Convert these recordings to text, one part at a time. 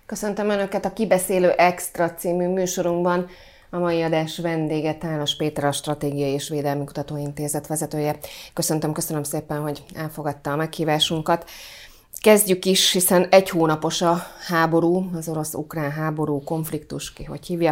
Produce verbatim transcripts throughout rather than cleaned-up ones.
Köszöntöm Önöket a Kibeszélő Extra című műsorunkban. A mai adás vendége Tálas Péter, a Stratégiai és Védelmi Kutatóintézet vezetője. Köszöntöm, köszönöm szépen, hogy elfogadta a meghívásunkat. Kezdjük is, hiszen egy hónapos a háború, az orosz-ukrán háború, konfliktus, ki hogy hívja.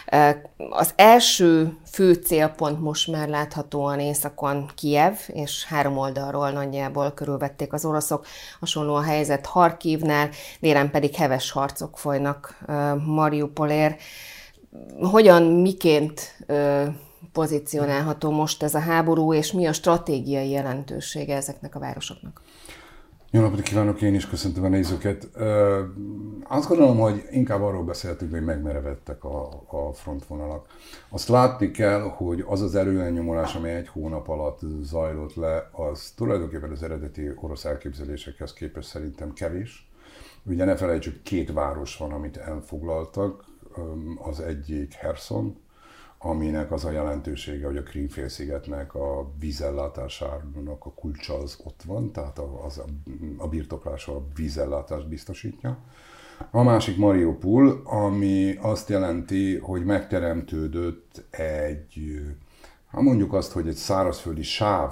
Az első fő célpont most már láthatóan északon Kijev, és három oldalról nagyjából körülvették az oroszok. Hasonló a helyzet Harkivnál, délen pedig heves harcok folynak Mariupolért. Hogyan, miként pozícionálható most ez a háború, és mi a stratégiai jelentősége ezeknek a városoknak? Jó napot kívánok, én is köszöntöm a nézőket. Azt gondolom, hogy inkább arról beszéltünk, hogy megmerevedtek a, a frontvonalak. Azt látni kell, hogy az az erőelnyomulás, ami egy hónap alatt zajlott le, az tulajdonképpen az eredeti orosz elképzelésekhez képest szerintem kevés. Ugye ne felejtsük, két város van, amit elfoglaltak, az egyik Herson, aminek az a jelentősége, hogy a Krím-félszigetnek a vízellátásának a kulcsa az ott van, tehát az a, a birtoklása a vízellátást biztosítja. A másik Mariupol, ami azt jelenti, hogy megteremtődött egy, hát mondjuk azt, hogy egy szárazföldi sáv,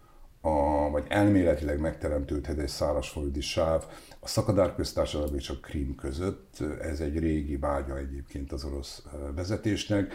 a, vagy elméletileg megteremtődhet egy szárazföldi sáv a Szakadár-köztársaság és a Krím között. Ez egy régi vágya egyébként az orosz vezetésnek.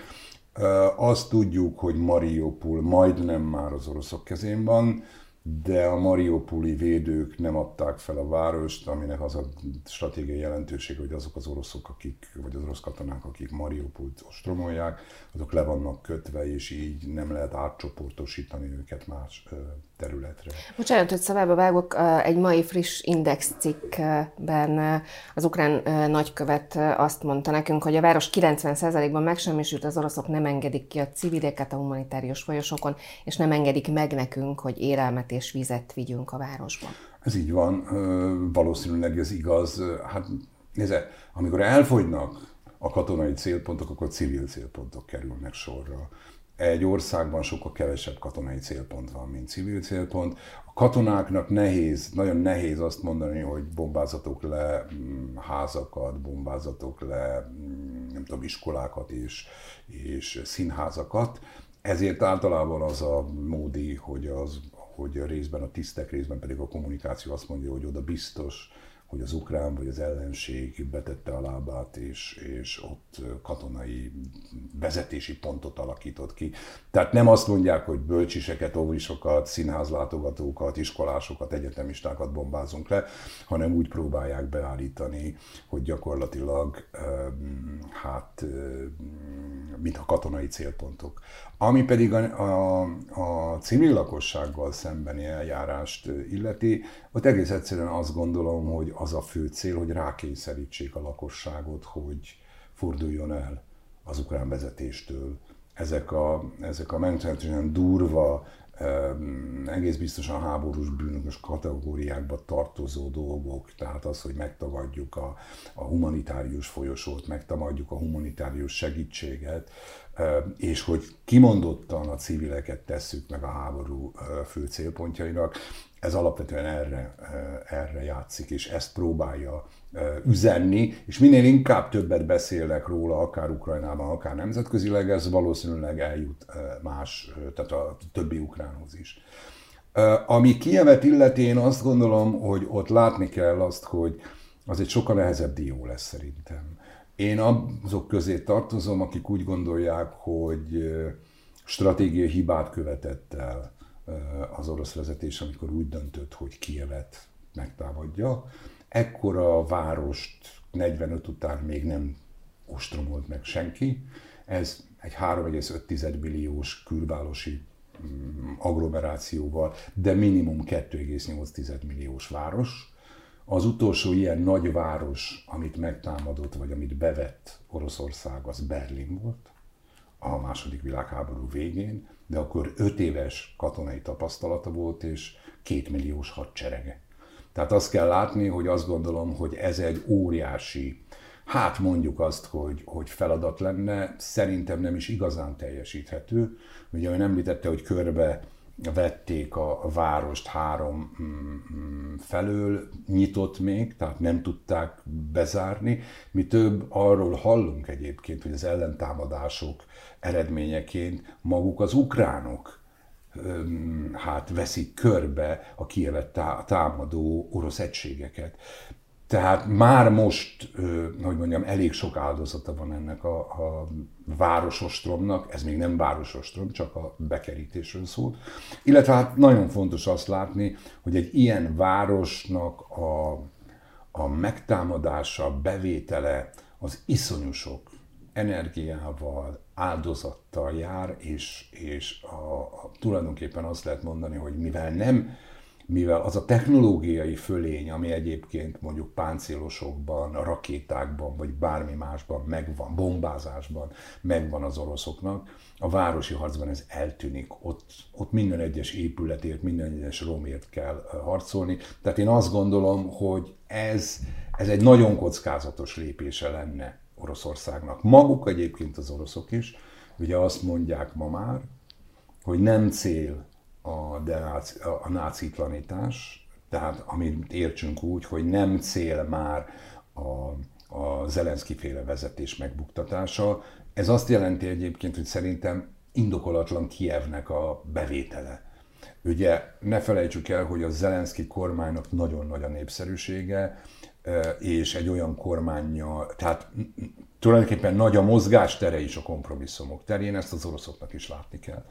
Azt tudjuk, hogy Mariupol majdnem már az oroszok kezén van, de a mariupoli védők nem adták fel a várost, aminek az a stratégiai jelentőség, hogy azok az oroszok, akik, vagy az orosz katonák, akik Mariupolt ostromolják, azok le vannak kötve, és így nem lehet átcsoportosítani őket más területre. Bocsánat, hogy szavába vágok, egy mai friss Index cikkben az ukrán nagykövet azt mondta nekünk, hogy a város kilencven százalékban megsemmisült, az oroszok nem engedik ki a civileket a humanitárius folyosókon, és nem engedik meg nekünk, hogy élelmet és vizet vigyünk a városba. Ez így van, valószínűleg ez igaz. Hát nézze, amikor elfogynak a katonai célpontok, akkor civil célpontok kerülnek sorra. Egy országban sokkal kevesebb katonai célpont van, mint civil célpont. A katonáknak nehéz, nagyon nehéz azt mondani, hogy bombázatok le házakat, bombázatok le, nem tudom, iskolákat és, és színházakat. Ezért általában az a módi, hogy, az, hogy részben a tisztek, részben pedig a kommunikáció azt mondja, hogy oda biztos, hogy az ukrán vagy az ellenség betette a lábát, és, és ott katonai vezetési pontot alakított ki. Tehát nem azt mondják, hogy bölcsiseket, óvisokat, színházlátogatókat, iskolásokat, egyetemistákat bombázunk le, hanem úgy próbálják beállítani, hogy gyakorlatilag hát mintha katonai célpontok. Ami pedig a, a, a civil lakossággal szembeni eljárást illeti, ott egész egyszerűen azt gondolom, hogy az a fő cél, hogy rákényszerítsék a lakosságot, hogy forduljon el az ukrán vezetéstől. Ezek a, ezek a meglehetősen durva, egész biztosan háborús bűnös kategóriákba tartozó dolgok, tehát az, hogy megtagadjuk a, a humanitárius folyosót, megtagadjuk a humanitárius segítséget, és hogy kimondottan a civileket tesszük meg a háború fő célpontjainak, ez alapvetően erre, erre játszik, és ezt próbálja üzenni, és minél inkább többet beszélnek róla, akár Ukrajnában, akár nemzetközileg, ez valószínűleg eljut más, tehát a többi ukránhoz is. Ami Kijevet illeti, én azt gondolom, hogy ott látni kell azt, hogy az egy sokkal nehezebb dió lesz szerintem. Én azok közé tartozom, akik úgy gondolják, hogy stratégiai hibát követett el az orosz vezetés, amikor úgy döntött, hogy Kijevet megtámadja. Ekkora várost negyvenöt után még nem ostromolt meg senki. Ez egy három egész öt milliós külvárosi agglomerációval, de minimum kettő egész nyolc milliós város. Az utolsó ilyen nagy város, amit megtámadott, vagy amit bevett Oroszország, az Berlin volt a második világháború végén, de akkor öt éves katonai tapasztalata volt, és kétmilliós hadserege. Tehát azt kell látni, hogy azt gondolom, hogy ez egy óriási, hát mondjuk azt, hogy, hogy feladat lenne, szerintem nem is igazán teljesíthető. Ugye ön említette, hogy körbe vették a várost három felől, nyitott még, tehát nem tudták bezárni. Mi több, arról hallunk egyébként, hogy az ellentámadások eredményeként maguk az ukránok hát veszik körbe a Kijevet támadó orosz egységeket. Tehát már most, hogy mondjam, elég sok áldozata van ennek a, a városostromnak, ez még nem városostrom, csak a bekerítésről szól. Illetve hát nagyon fontos azt látni, hogy egy ilyen városnak a, a megtámadása, bevétele az iszonyú sok energiával, áldozattal jár, és, és a, a, tulajdonképpen azt lehet mondani, hogy mivel nem mivel az a technológiai fölény, ami egyébként mondjuk páncélosokban, rakétákban, vagy bármi másban megvan, bombázásban megvan az oroszoknak, a városi harcban ez eltűnik. Ott, ott minden egyes épületért, minden egyes romért kell harcolni. Tehát én azt gondolom, hogy ez, ez egy nagyon kockázatos lépése lenne Oroszországnak. Maguk egyébként az oroszok is, ugye azt mondják ma már, hogy nem cél a, denáci, a nácitlanítás, tehát amit értsünk úgy, hogy nem cél már a, a Zelenszky féle vezetés megbuktatása. Ez azt jelenti egyébként, hogy szerintem indokolatlan Kijevnek a bevétele. Ugye ne felejtsük el, hogy a Zelenszky kormánynak nagyon nagy a népszerűsége, és egy olyan kormánya, tehát tulajdonképpen nagy a mozgástere is a kompromisszumok terén, ezt az oroszoknak is látni kell.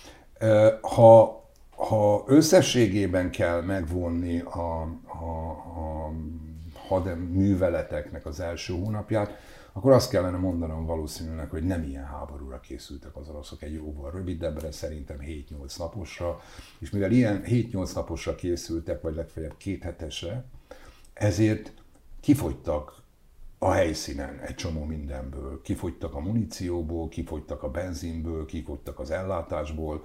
Ha Ha összességében kell megvonni a, a, a hadműveleteknek az első hónapját, akkor azt kellene mondanom valószínűleg, hogy nem ilyen háborúra készültek az oroszok, egy jóval rövidebbre, szerintem hét-nyolc naposra, és mivel ilyen hét-nyolc naposra készültek, vagy legfeljebb két hetesre, ezért kifogytak a helyszínen egy csomó mindenből. Kifogytak a munícióból, kifogytak a benzinből, kifogytak az ellátásból,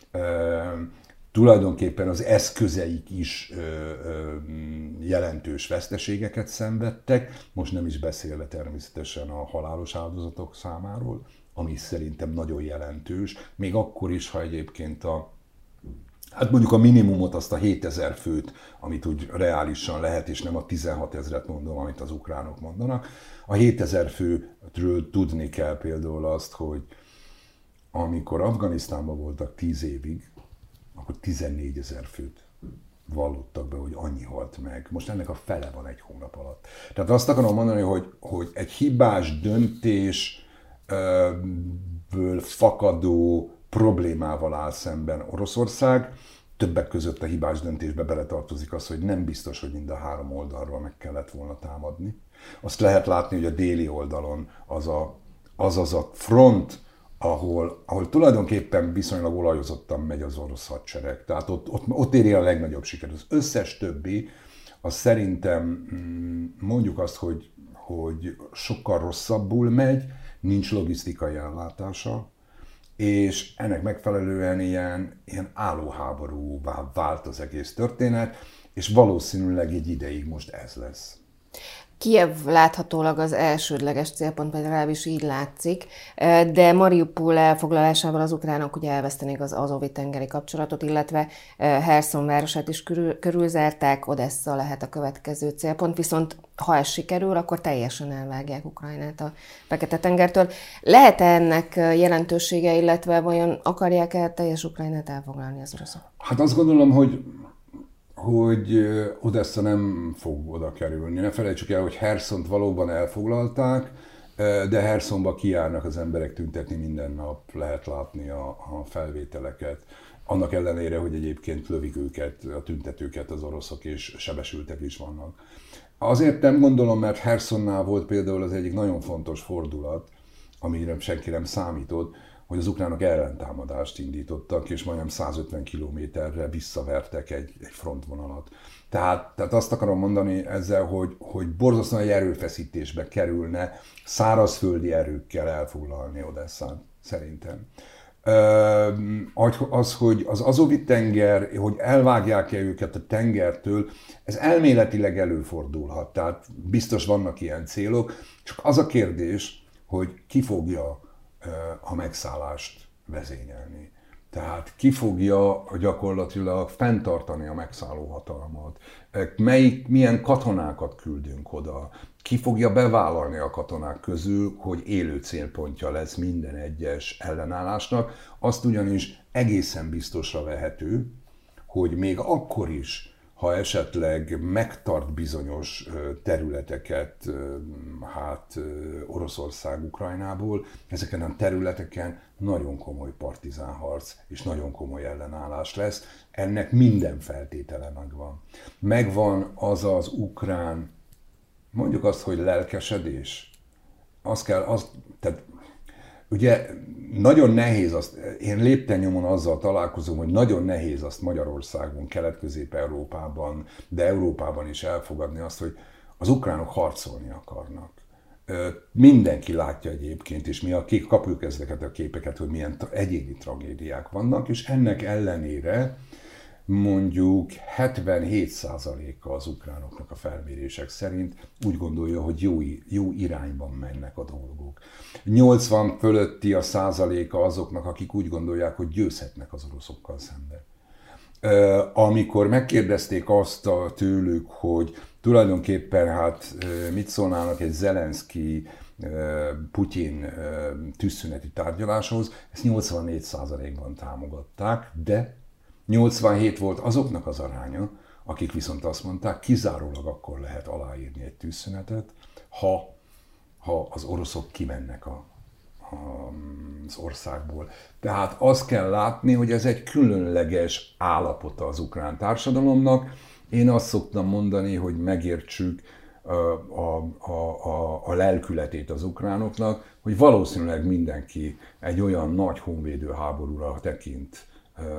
tulajdonképpen az eszközeik is ö, ö, jelentős veszteségeket szenvedtek, most nem is beszélve természetesen a halálos áldozatok számáról, ami szerintem nagyon jelentős, még akkor is, ha egyébként a, hát mondjuk a minimumot, azt a hétezer főt, amit úgy reálisan lehet, és nem a tizenhat ezret mondom, amit az ukránok mondanak. A hétezer főről tudni kell például azt, hogy amikor Afganisztánban voltak tíz évig, akkor tizennégyezer főt vallottak be, hogy annyi halt meg. Most ennek a fele van egy hónap alatt. Tehát azt akarom mondani, hogy, hogy egy hibás döntésből fakadó problémával áll szemben Oroszország. Többek között a hibás döntésbe beletartozik az, hogy nem biztos, hogy mind a három oldalról meg kellett volna támadni. Azt lehet látni, hogy a déli oldalon az a, az, az a front, Ahol, ahol tulajdonképpen viszonylag olajozottan megy az orosz hadsereg. Tehát ott, ott, ott éri a legnagyobb sikert. Az összes többi, az szerintem mondjuk azt, hogy, hogy sokkal rosszabbul megy, nincs logisztikai ellátása, és ennek megfelelően ilyen, ilyen állóháborúvá vált az egész történet, és valószínűleg egy ideig most ez lesz. Kijev láthatólag az elsődleges célpont, vagy legalábbis így látszik, de Mariupol elfoglalásával az ukránok ugye elvesztenék az Azovi-tengeri kapcsolatot, illetve Herszon városát is körül, körülzárták, Odessa lehet a következő célpont, viszont ha ez sikerül, akkor teljesen elvágják Ukrajnát a Fekete-tengertől. Lehet-e ennek jelentősége, illetve vajon akarják-e teljes Ukrajnát elfoglalni az oroszok? Hát azt gondolom, hogy hogy Odessa nem fog oda kerülni. Ne felejtsük el, hogy Herszont valóban elfoglalták, de Herszonba kijárnak az emberek tüntetni minden nap, lehet látni a, a felvételeket. Annak ellenére, hogy egyébként lövik őket, a tüntetőket az oroszok, és sebesültek is vannak. Azért nem gondolom, mert Herszonnál volt például az egyik nagyon fontos fordulat, amire senki nem számított, hogy az ukránok ellentámadást indítottak, és majdnem százötven kilométerre visszavertek egy, egy frontvonalat. Tehát, tehát azt akarom mondani ezzel, hogy, hogy borzasztóan egy erőfeszítésbe kerülne szárazföldi erőkkel elfoglalni Odesszát, szerintem. Az, hogy az Azovi-tenger, hogy elvágják-e őket a tengertől, ez elméletileg előfordulhat, tehát biztos vannak ilyen célok, csak az a kérdés, hogy ki fogja a megszállást vezényelni. Tehát ki fogja gyakorlatilag fenntartani a megszálló hatalmat? Melyik, milyen katonákat küldünk oda? Ki fogja bevállalni a katonák közül, hogy élő célpontja lesz minden egyes ellenállásnak? Azt ugyanis egészen biztosra vehető, hogy még akkor is, ha esetleg megtart bizonyos területeket, hát Oroszország Ukrajnából, ezeken a területeken nagyon komoly partizánharc és nagyon komoly ellenállás lesz. Ennek minden feltétele megvan. Megvan az az ukrán, mondjuk azt, hogy lelkesedés. Azt kell, azt, tehát ugye nagyon nehéz azt, én lépten nyomon azzal találkozom, hogy nagyon nehéz azt Magyarországon, Kelet-Közép-Európában, de Európában is elfogadni azt, hogy az ukránok harcolni akarnak. Mindenki látja egyébként, és mi akik kapjuk ezeket a képeket, hogy milyen egyéni tragédiák vannak, és ennek ellenére mondjuk hetvenhét százaléka az ukránoknak a felmérések szerint úgy gondolja, hogy jó, jó irányban mennek a dolgok. nyolcvan fölötti a százaléka azoknak, akik úgy gondolják, hogy győzhetnek az oroszokkal szemben. Amikor megkérdezték azt a tőlük, hogy tulajdonképpen hát mit szólnának egy Zelenszky Putyin tűzszüneti tárgyaláshoz, ezt nyolcvannégy százalékban támogatták, de nyolcvanhét volt azoknak az aránya, akik viszont azt mondták, kizárólag akkor lehet aláírni egy tűzszünetet, ha, ha az oroszok kimennek a, a, az országból. Tehát azt kell látni, hogy ez egy különleges állapota az ukrán társadalomnak. Én azt szoktam mondani, hogy megértsük a, a, a, a lelkületét az ukránoknak, hogy valószínűleg mindenki egy olyan nagy honvédő háborúra tekint,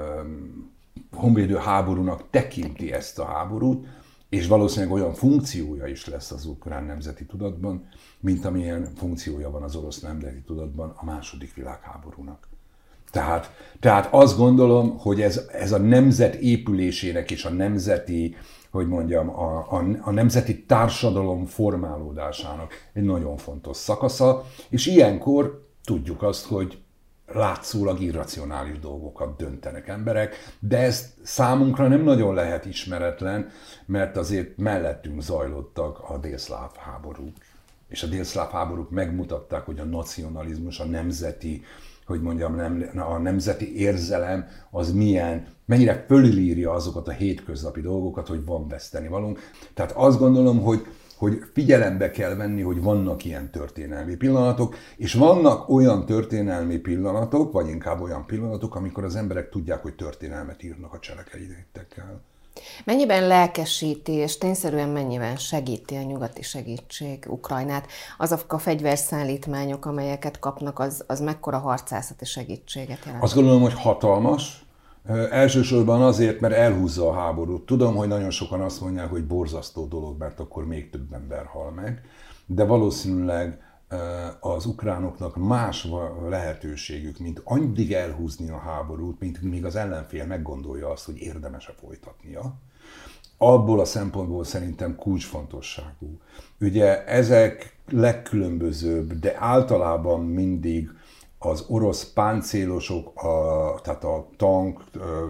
honvédő háborúnak tekinti ezt a háborút, és valószínűleg olyan funkciója is lesz az ukrán nemzeti tudatban, mint amilyen funkciója van az orosz nemzeti tudatban a második világháborúnak. Tehát, tehát azt gondolom, hogy ez, ez a nemzet épülésének és a nemzeti, hogy mondjam, a, a, a nemzeti társadalom formálódásának egy nagyon fontos szakasza, és ilyenkor tudjuk azt, hogy látszólag irracionális dolgokat döntenek emberek, de ez számunkra nem nagyon lehet ismeretlen, mert azért mellettünk zajlottak a délszláv háborúk. És a délszláv háborúk megmutatták, hogy a nacionalizmus, a nemzeti, hogy mondjam, nem, a nemzeti érzelem az milyen, mennyire fölülírja azokat a hétköznapi dolgokat, hogy van vesztenivalónk. Tehát azt gondolom, hogy hogy figyelembe kell venni, hogy vannak ilyen történelmi pillanatok, és vannak olyan történelmi pillanatok, vagy inkább olyan pillanatok, amikor az emberek tudják, hogy történelmet írnak a cselekedettekkel. Mennyiben lelkesíti, és tényszerűen mennyiben segíti a nyugati segítség Ukrajnát? Azok a fegyverszállítmányok, amelyeket kapnak, az, az mekkora harcászati segítséget jelent? Azt gondolom, hogy hatalmas. Elsősorban azért, mert elhúzza a háborút. Tudom, hogy nagyon sokan azt mondják, hogy borzasztó dolog, mert akkor még több ember hal meg, de valószínűleg az ukránoknak más lehetőségük, mint addig elhúzni a háborút, mint míg az ellenfél meggondolja azt, hogy érdemes-e folytatnia. Abból a szempontból szerintem kulcsfontosságú. Ugye ezek legkülönbözőbb, de általában mindig az orosz páncélosok, a, tehát a tank,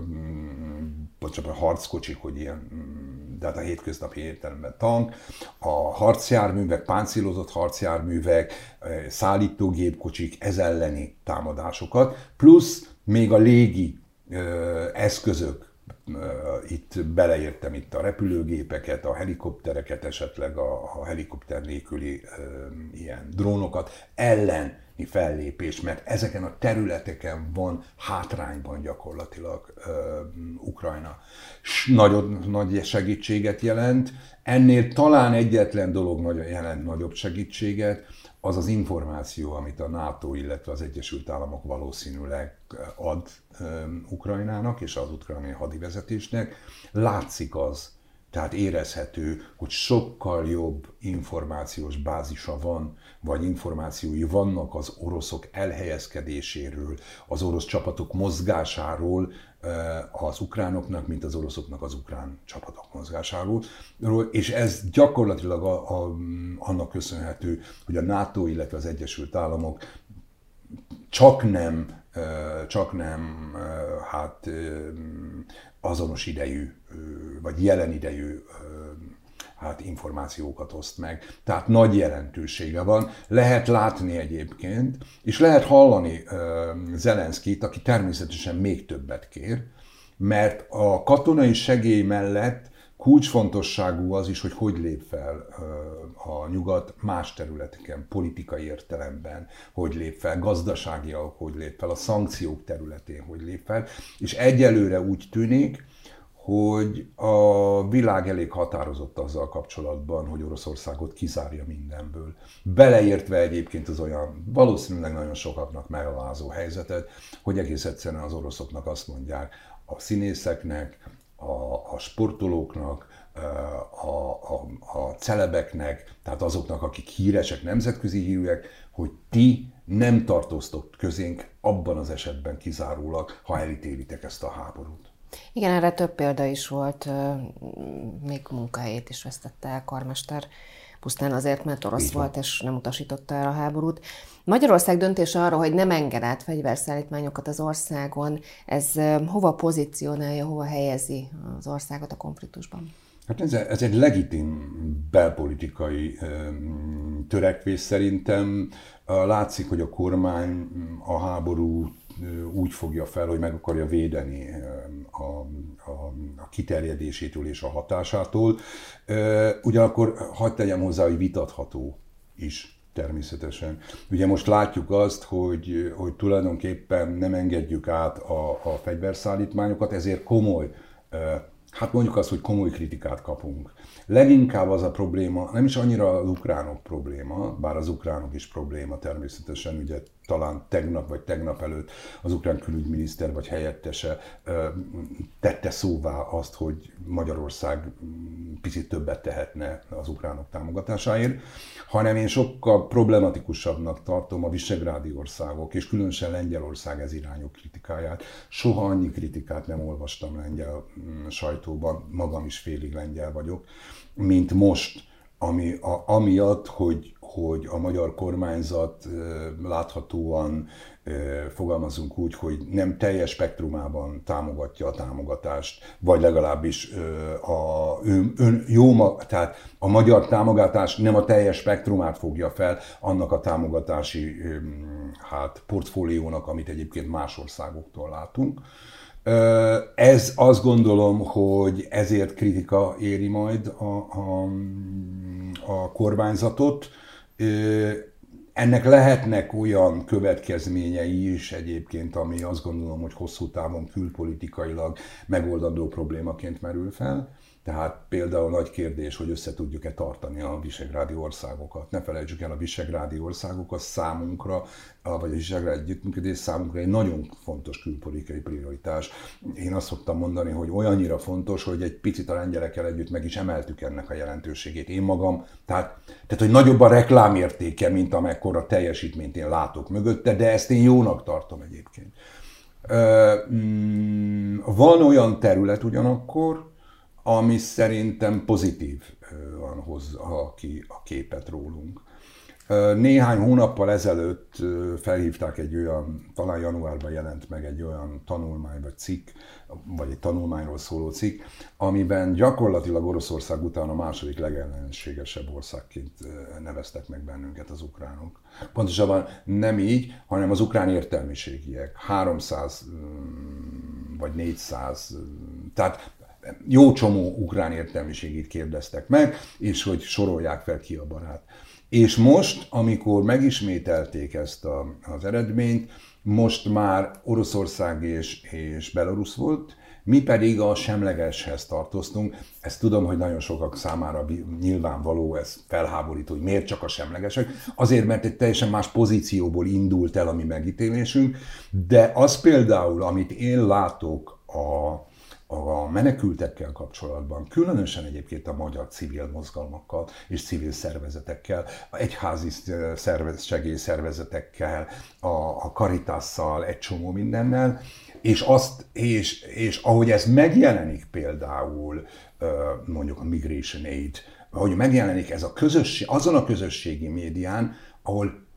bocsánat, a harckocsik, hogy ilyen, de hát a hétköznapi értelemben tank, a harcjárművek, páncélozott harcjárművek, szállítógépkocsik, ez elleni támadásokat, plusz még a légi eszközök, itt beleértem itt a repülőgépeket, a helikoptereket, esetleg a, a helikopter nélküli ilyen drónokat ellen fellépés, mert ezeken a területeken van hátrányban gyakorlatilag uh, Ukrajna. Nagyon nagy segítséget jelent. Ennél talán egyetlen dolog nagy, jelent nagyobb segítséget, az az információ, amit a NATO, illetve az Egyesült Államok valószínűleg ad um, Ukrajnának és az ukrajnai hadivezetésnek. Látszik az, tehát érezhető, hogy sokkal jobb információs bázisa van, vagy információi vannak az oroszok elhelyezkedéséről, az orosz csapatok mozgásáról az ukránoknak, mint az oroszoknak az ukrán csapatok mozgásáról. És ez gyakorlatilag a, a, annak köszönhető, hogy a NATO, illetve az Egyesült Államok csak nem, csak nem hát, azonos idejű, vagy jelen idejű hát információkat oszt meg. Tehát nagy jelentősége van. Lehet látni egyébként, és lehet hallani Zelenszkijt, aki természetesen még többet kér, mert a katonai segély mellett kulcsfontosságú az is, hogy hogy lép fel a nyugat más területeken, politikai értelemben, hogy lép fel, gazdaságilag hogy lép fel, a szankciók területén hogy lép fel, és egyelőre úgy tűnik, hogy a világ elég határozott azzal kapcsolatban, hogy Oroszországot kizárja mindenből. Beleértve egyébként az olyan valószínűleg nagyon sokaknak megalázó helyzetet, hogy egész egyszerűen az oroszoknak azt mondják a színészeknek, a, a sportolóknak, a, a, a celebeknek, tehát azoknak, akik híresek, nemzetközi hírűek, hogy ti nem tartoztok közénk abban az esetben kizárólag, ha elítélitek ezt a háborút. Igen, erre több példa is volt, még munkahelyét is vesztette el karmester, pusztán azért, mert orosz volt, és nem utasította el a háborút. Magyarország döntése arra, hogy nem enged át fegyverszállítmányokat az országon, ez hova pozícionálja, hova helyezi az országot a konfliktusban? Hát ez, ez egy legitim belpolitikai törekvés szerintem. Látszik, hogy a kormány a háború úgy fogja fel, hogy meg akarja védeni a, a, a kiterjedésétől és a hatásától. Ugyanakkor hadd tegyem hozzá, hogy vitatható is természetesen. Ugye most látjuk azt, hogy, hogy tulajdonképpen nem engedjük át a, a fegyverszállítmányokat, ezért komoly, hát mondjuk azt, hogy komoly kritikát kapunk. Leginkább az a probléma, nem is annyira az ukránok probléma, bár az ukránok is probléma természetesen, ugye talán tegnap vagy tegnap előtt az ukrán külügyminiszter vagy helyettese tette szóvá azt, hogy Magyarország picit többet tehetne az ukránok támogatásáért, hanem én sokkal problematikusabbnak tartom a visegrádi országok, és különösen Lengyelország ez irányú kritikáját. Soha annyi kritikát nem olvastam lengyel sajtóban, magam is félig lengyel vagyok, mint most, ami, a, amiatt, hogy, hogy a magyar kormányzat láthatóan fogalmazunk úgy, hogy nem teljes spektrumában támogatja a támogatást, vagy legalábbis a, ön, ön, jó, tehát a magyar támogatás nem a teljes spektrumát fogja fel annak a támogatási hát, portfóliónak, amit egyébként más országoktól látunk. Ez azt gondolom, hogy ezért kritika éri majd a, a, a kormányzatot. Ennek lehetnek olyan következményei is egyébként, ami azt gondolom, hogy hosszú távon külpolitikailag megoldandó problémaként merül fel. Tehát például nagy kérdés, hogy össze tudjuk-e tartani a visegrádi országokat. Ne felejtsük el, a visegrádi országok a számunkra, vagy a visegrádi együttműködés számunkra egy nagyon fontos külpolitikai prioritás. Én azt szoktam mondani, hogy olyannyira fontos, hogy egy picit a lengyelekkel együtt meg is emeltük ennek a jelentőségét. Én magam, tehát, tehát hogy nagyobb a reklámértéke, mint amekkora teljesítményt én látok mögötte, de ezt én jónak tartom egyébként. Van olyan terület ugyanakkor, ami szerintem pozitívan hozza ki a képet rólunk. Néhány hónappal ezelőtt felhívták egy olyan, talán januárban jelent meg egy olyan tanulmány vagy cikk, vagy egy tanulmányról szóló cikk, amiben gyakorlatilag Oroszország után a második legellenségesebb országként neveztek meg bennünket az ukránok. Pontosabban nem így, hanem az ukrán értelmiségiek. háromszáz vagy négyszáz, tehát jó csomó ukrán értelmiségét kérdeztek meg, és hogy sorolják fel ki a barát. És most, amikor megismételték ezt a, az eredményt, most már Oroszország és, és Belarus volt, mi pedig a semlegeshez tartoztunk. Ezt tudom, hogy nagyon sokak számára nyilvánvaló, ez felháborító, hogy miért csak a semlegesek. Azért, mert egy teljesen más pozícióból indult el a mi megítélésünk, de az például, amit én látok a a menekültekkel kapcsolatban, különösen egyébként a magyar civil mozgalmakkal és civil szervezetekkel, egyházi szervez, segélyszervezetekkel, a, a Caritásszal, egy csomó mindennel, és, azt, és, és ahogy ez megjelenik például mondjuk a Migration Aid, ahogy megjelenik ez a közösség, azon a közösségi médián, ahol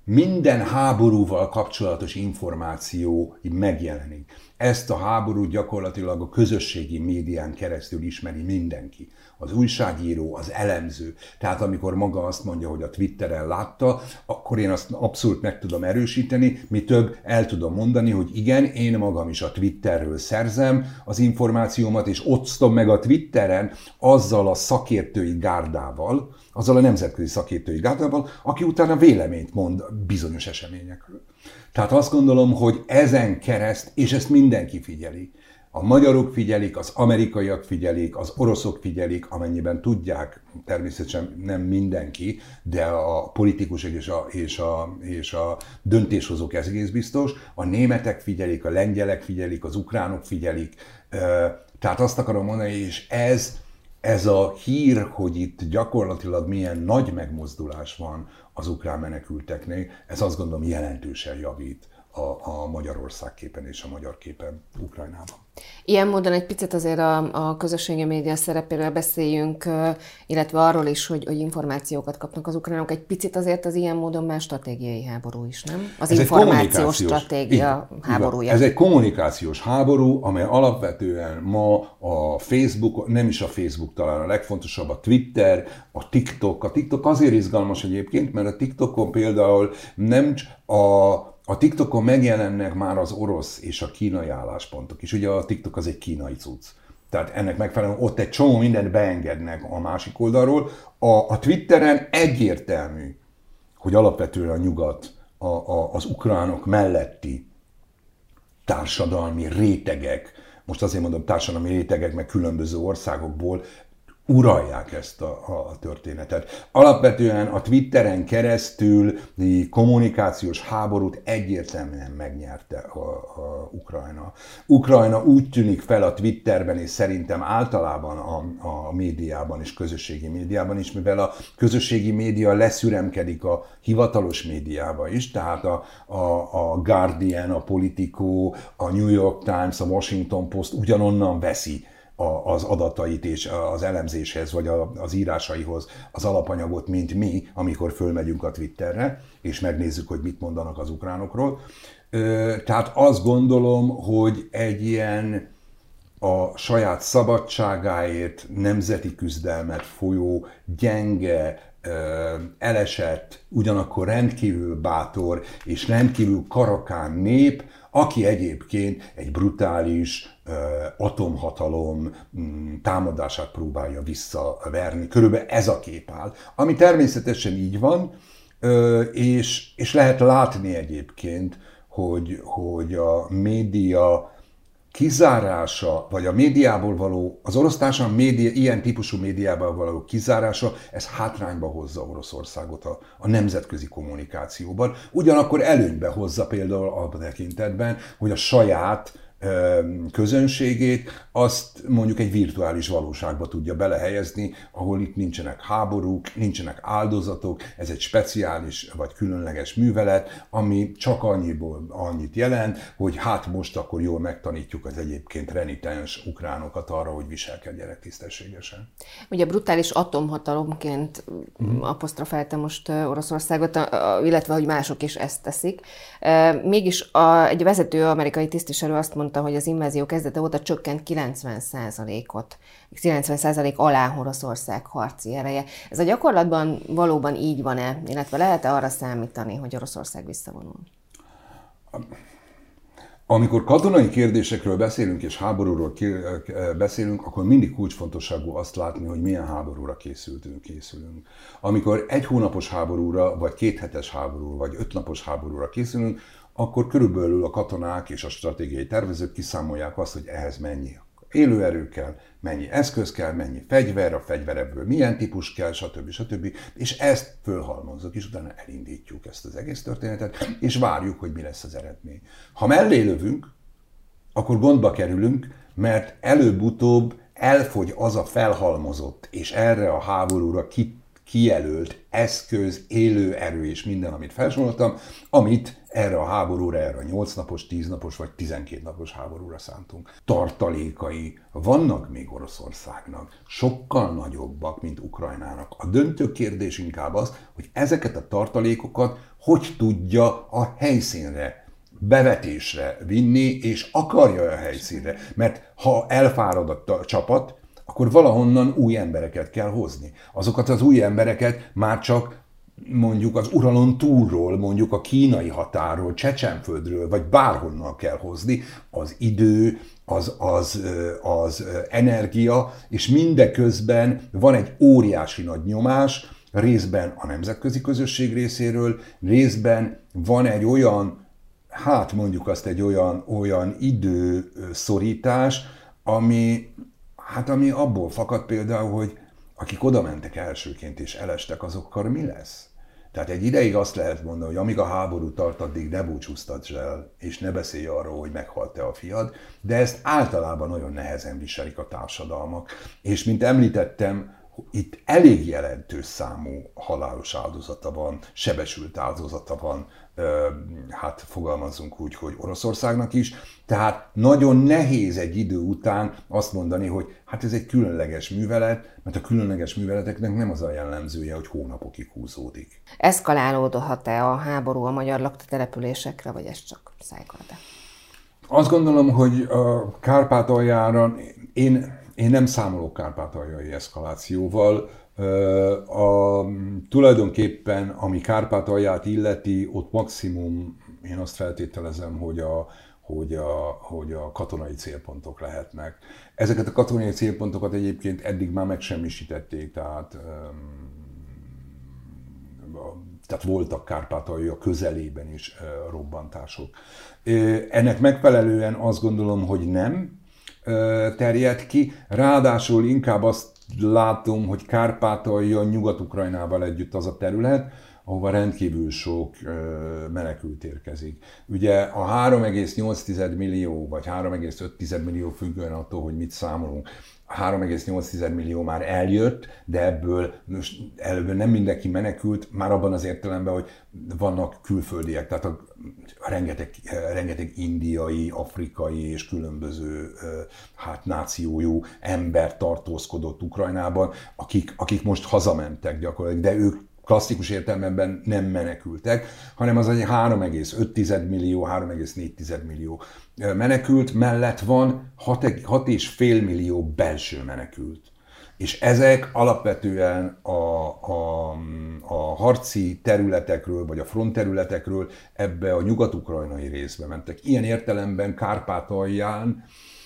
minden háborúval kapcsolatos információ megjelenik. Ezt a háborút gyakorlatilag a közösségi médián keresztül ismeri mindenki. Az újságíró, az elemző. Tehát amikor maga azt mondja, hogy a Twitteren látta, akkor én azt abszolút meg tudom erősíteni, mi több el tudom mondani, hogy igen, én magam is a Twitterről szerzem az információmat, és osztom meg a Twitteren azzal a szakértői gárdával, azzal a nemzetközi szakértői gárdával, aki utána véleményt mond bizonyos eseményekről. Tehát azt gondolom, hogy ezen kereszt, és ezt mindenki figyeli. A magyarok figyelik, az amerikaiak figyelik, az oroszok figyelik, amennyiben tudják, természetesen nem mindenki, de a politikusok és a, és a, és a döntéshozók ez egész biztos, a németek figyelik, a lengyelek figyelik, az ukránok figyelik. Tehát azt akarom mondani, és ez, ez a hír, hogy itt gyakorlatilag milyen nagy megmozdulás van az ukrán menekülteknél, ez azt gondolom jelentősen javít a, a Magyarország képen és a magyar képen Ukrajnában. Ilyen módon egy picit azért a, a közösségi média szerepéről beszéljünk, illetve arról is, hogy, hogy információkat kapnak az ukránok. Egy picit azért az ilyen módon már stratégiai háború is, nem? Az ez információs stratégia így, háborúja. Ez egy kommunikációs háború, amely alapvetően ma a Facebook, nem is a Facebook talán a legfontosabb, a Twitter, a TikTok. A TikTok azért izgalmas egyébként, mert a TikTokon például nem a A TikTokon megjelennek már az orosz és a kínai álláspontok is. Ugye a TikTok az egy kínai cucc. Tehát ennek megfelelően ott egy csomó mindent beengednek a másik oldalról. A, a Twitteren egyértelmű, hogy alapvetően a nyugat a, a, az ukránok melletti társadalmi rétegek, most azért mondom társadalmi rétegek, meg különböző országokból uralják ezt a, a történetet. Alapvetően a Twitteren keresztül kommunikációs háborút egyértelműen megnyerte a, a Ukrajna. Ukrajna úgy tűnik fel a Twitterben, és szerintem általában a, a médiában és közösségi médiában is, mivel a közösségi média leszüremkedik a hivatalos médiába is, tehát a, a, a Guardian, a Politico, a New York Times, a Washington Post ugyanonnan veszi az adatait és az elemzéshez, vagy az írásaihoz az alapanyagot, mint mi, amikor fölmegyünk a Twitterre, és megnézzük, hogy mit mondanak az ukránokról. Tehát azt gondolom, hogy egy ilyen a saját szabadságáért nemzeti küzdelmet folyó, gyenge, elesett, ugyanakkor rendkívül bátor és rendkívül karakán nép, aki egyébként egy brutális uh, atomhatalom um, támadását próbálja visszaverni. Körülbelül ez a kép áll, ami természetesen így van, uh, és, és lehet látni egyébként, hogy, hogy a média kizárása, vagy a médiából való, az orosz társadalom média, ilyen típusú médiából való kizárása, ez hátrányba hozza Oroszországot a, a nemzetközi kommunikációban. Ugyanakkor előnybe hozza például abban tekintetben, hogy a saját közönségét, azt mondjuk egy virtuális valóságba tudja belehelyezni, ahol itt nincsenek háborúk, nincsenek áldozatok, ez egy speciális vagy különleges művelet, ami csak annyiból annyit jelent, hogy hát most akkor jól megtanítjuk az egyébként renitens ukránokat arra, hogy viselkedjenek tisztességesen. Ugye brutális atomhatalomként hmm. apostrofálta most Oroszországot, illetve hogy mások is ezt teszik. Mégis a, egy vezető amerikai tisztviselő azt mondta, hogy az invázió kezdete óta csökkent kilencven százalékot, kilencven százalék alá Oroszország harci ereje. Ez a gyakorlatban valóban így van-e, illetve lehet-e arra számítani, hogy Oroszország visszavonul? Amikor katonai kérdésekről beszélünk és háborúról beszélünk, akkor mindig kulcsfontosságú azt látni, hogy milyen háborúra készültünk, készülünk. Amikor egy hónapos háborúra, vagy két hetes háborúra, vagy öt napos háborúra készülünk, akkor körülbelül a katonák és a stratégiai tervezők kiszámolják azt, hogy ehhez mennyi élőerő kell, mennyi eszköz kell, mennyi fegyver, a fegyverekből milyen típus kell, stb. stb. És ezt fölhalmozzuk, és utána elindítjuk ezt az egész történetet, és várjuk, hogy mi lesz az eredmény. Ha mellé lövünk, akkor gondba kerülünk, mert előbb-utóbb elfogy az a felhalmozott, és erre a háborúra kijelölt eszköz, élő erő és minden, amit felsoroltam, amit erre a háborúra, erre a nyolc napos, tíz napos vagy tizenkét napos háborúra szántunk. Tartalékai vannak még Oroszországnak, sokkal nagyobbak, mint Ukrajnának. A döntő kérdés inkább az, hogy ezeket a tartalékokat hogy tudja a helyszínre, bevetésre vinni, és akarja a helyszínre. Mert ha elfárad a csapat, akkor valahonnan új embereket kell hozni. Azokat az új embereket már csak mondjuk az Uralon túlról, mondjuk a kínai határól, Csecsenföldről, vagy bárhonnan kell hozni. Az idő, az, az, az energia, és mindeközben van egy óriási nagy nyomás, részben a nemzetközi közösség részéről, részben van egy olyan, hát mondjuk azt egy olyan, olyan időszorítás, ami, hát ami abból fakad például, hogy akik oda mentek elsőként és elestek, azokkal mi lesz? Tehát egy ideig azt lehet mondani, hogy amíg a háború tart, addig ne búcsúztass el, és ne beszélj arról, hogy meghalt-e a fiad, de ezt általában nagyon nehezen viselik a társadalmak. És mint említettem, itt elég jelentős számú halálos áldozata van, sebesült áldozata van, hát fogalmazzunk úgy, hogy Oroszországnak is, tehát nagyon nehéz egy idő után azt mondani, hogy hát ez egy különleges művelet, mert a különleges műveleteknek nem az a jellemzője, hogy hónapokig húzódik. Eszkalálódhat-e a háború a magyar lakta településekre, vagy ez csak szájkolata? Azt gondolom, hogy a Kárpátaljára én, én nem számolok kárpátaljai eszkalációval. A, tulajdonképpen, ami Kárpátalját illeti, ott maximum, én azt feltételezem, hogy a, hogy a, hogy a katonai célpontok lehetnek. Ezeket a katonai célpontokat egyébként eddig már megsemmisítették, tehát, tehát voltak Kárpátalja közelében is robbantások. Ennek megfelelően azt gondolom, hogy nem terjed ki, ráadásul inkább azt látom, hogy Kárpátalja Nyugat-Ukrajnával együtt az a terület, ahova rendkívül sok menekült érkezik. Ugye a három egész nyolc millió vagy három egész öt millió függően attól, hogy mit számolunk, három egész nyolc millió már eljött, de ebből, ebből nem mindenki menekült, már abban az értelemben, hogy vannak külföldiek, tehát a, a rengeteg, rengeteg indiai, afrikai és különböző hát, nációjú ember tartózkodott Ukrajnában, akik, akik most hazamentek gyakorlatilag, de ők klasszikus értelemben nem menekültek, hanem az egy három egész öt millió, három egész négy millió menekült, mellett van hat egész öt millió belső menekült. És ezek alapvetően a, a, a harci területekről, vagy a front területekről ebbe a nyugat-ukrajnai részbe mentek. Ilyen értelemben Kárpátalján,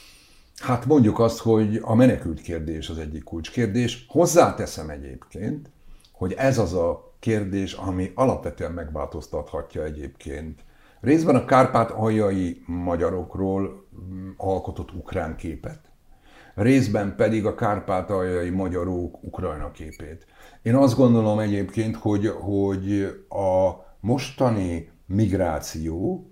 hát mondjuk azt, hogy a menekült kérdés az egyik kulcskérdés. Hozzáteszem egyébként, hogy ez az a kérdés, ami alapvetően megváltoztathatja egyébként részben a kárpátaljai magyarokról alkotott ukrán képet, részben pedig a kárpátaljai magyarok Ukrajna képét. Én azt gondolom egyébként, hogy, hogy a mostani migráció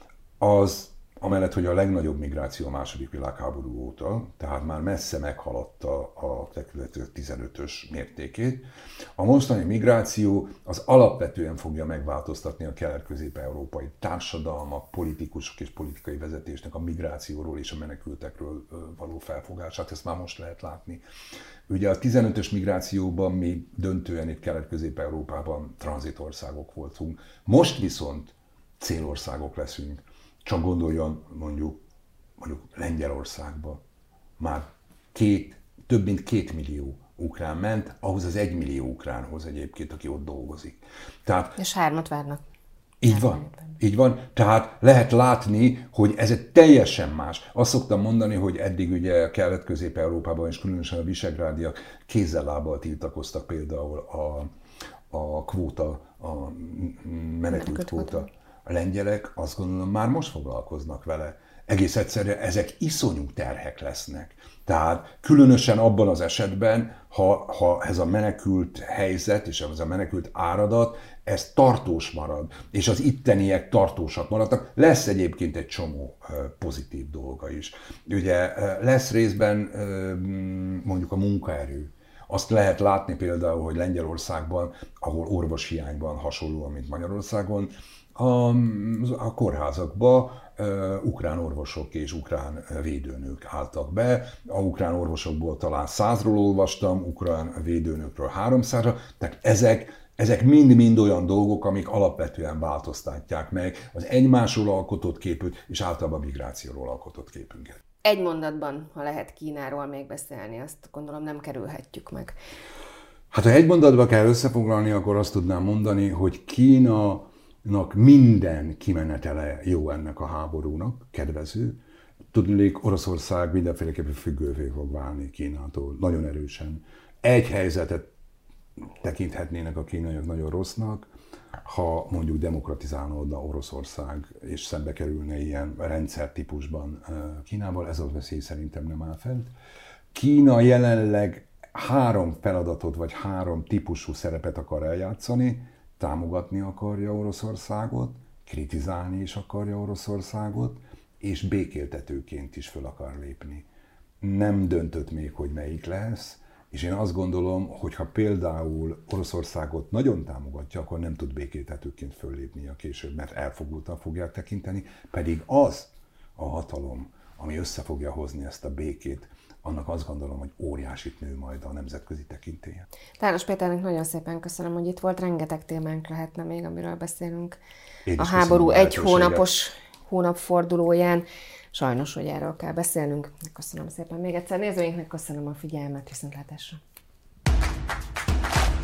az, amellett, hogy a legnagyobb migráció a második világháború óta, tehát már messze meghaladta a tizenötös mértékét. A mostani migráció az alapvetően fogja megváltoztatni a kelet-közép-európai társadalmak, politikusok és politikai vezetésnek a migrációról és a menekültekről való felfogását. Ezt már most lehet látni. Ugye a tizenötös migrációban mi döntően itt Kelet-Közép-Európában tranzitországok voltunk. Most viszont célországok leszünk. Csak gondoljon mondjuk, mondjuk Lengyelországba, már két, több mint két millió ukrán ment, ahhoz az egy millió ukránhoz egyébként, aki ott dolgozik. Tehát, és hármat várnak. Így van, így van. Tehát lehet látni, hogy ez egy teljesen más. Azt szoktam mondani, hogy eddig ugye Kelet-Közép-Európában és különösen a visegrádiak kézzel-lábbal tiltakoztak például a, a kvóta, a menekült kvóta. A lengyelek azt gondolom már most foglalkoznak vele. Egész egyszerűen ezek iszonyú terhek lesznek. Tehát különösen abban az esetben, ha, ha ez a menekült helyzet és ez a menekült áradat, ez tartós marad, és az itteniek tartósak maradnak, lesz egyébként egy csomó pozitív dolga is. Ugye lesz részben mondjuk a munkaerő. Azt lehet látni például, hogy Lengyelországban, ahol orvoshiányban hasonlóan, mint Magyarországon, a, a kórházakba uh, ukrán orvosok és ukrán védőnők álltak be. A ukrán orvosokból talán százról olvastam, ukrán védőnőkről háromszázra, tehát ezek Ezek mind-mind olyan dolgok, amik alapvetően változtatják meg az egymásról alkotott képet, és általában a migrációról alkotott képünket. Egy mondatban, ha lehet Kínáról még beszélni, azt gondolom nem kerülhetjük meg. Hát ha egy mondatban kell összefoglalni, akkor azt tudnám mondani, hogy Kínának minden kimenetele jó ennek a háborúnak, kedvező. Tudnék, Oroszország mindenféleképpen függővé fog válni Kínától, nagyon erősen. Egy helyzetet tekinthetnének a kínaiak nagyon rossznak, ha mondjuk demokratizálódna Oroszország, és szembe kerülne ilyen rendszertípusban Kínával, ez a veszély szerintem nem áll fent. Kína jelenleg három feladatot, vagy három típusú szerepet akar eljátszani, támogatni akarja Oroszországot, kritizálni is akarja Oroszországot, és békéltetőként is föl akar lépni. Nem döntött még, hogy melyik lesz, és én azt gondolom, hogy ha például Oroszországot nagyon támogatja, akkor nem tud békéltetőként föllépni a később, mert elfogultan fogják tekinteni, pedig az a hatalom, ami össze fogja hozni ezt a békét, annak azt gondolom, hogy óriásit nő majd a nemzetközi tekintélye. Tános Péternek nagyon szépen köszönöm, hogy itt volt, rengeteg témánk lehetne még, amiről beszélünk a háború köszönöm, egy hónapos hónapfordulóján. Sajnos, hogy erről kell beszélnünk. Köszönöm szépen még egyszer nézőinknek, köszönöm a figyelmet, viszontlátásra.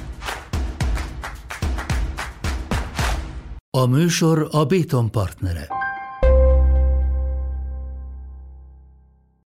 A műsor a Béton partnere.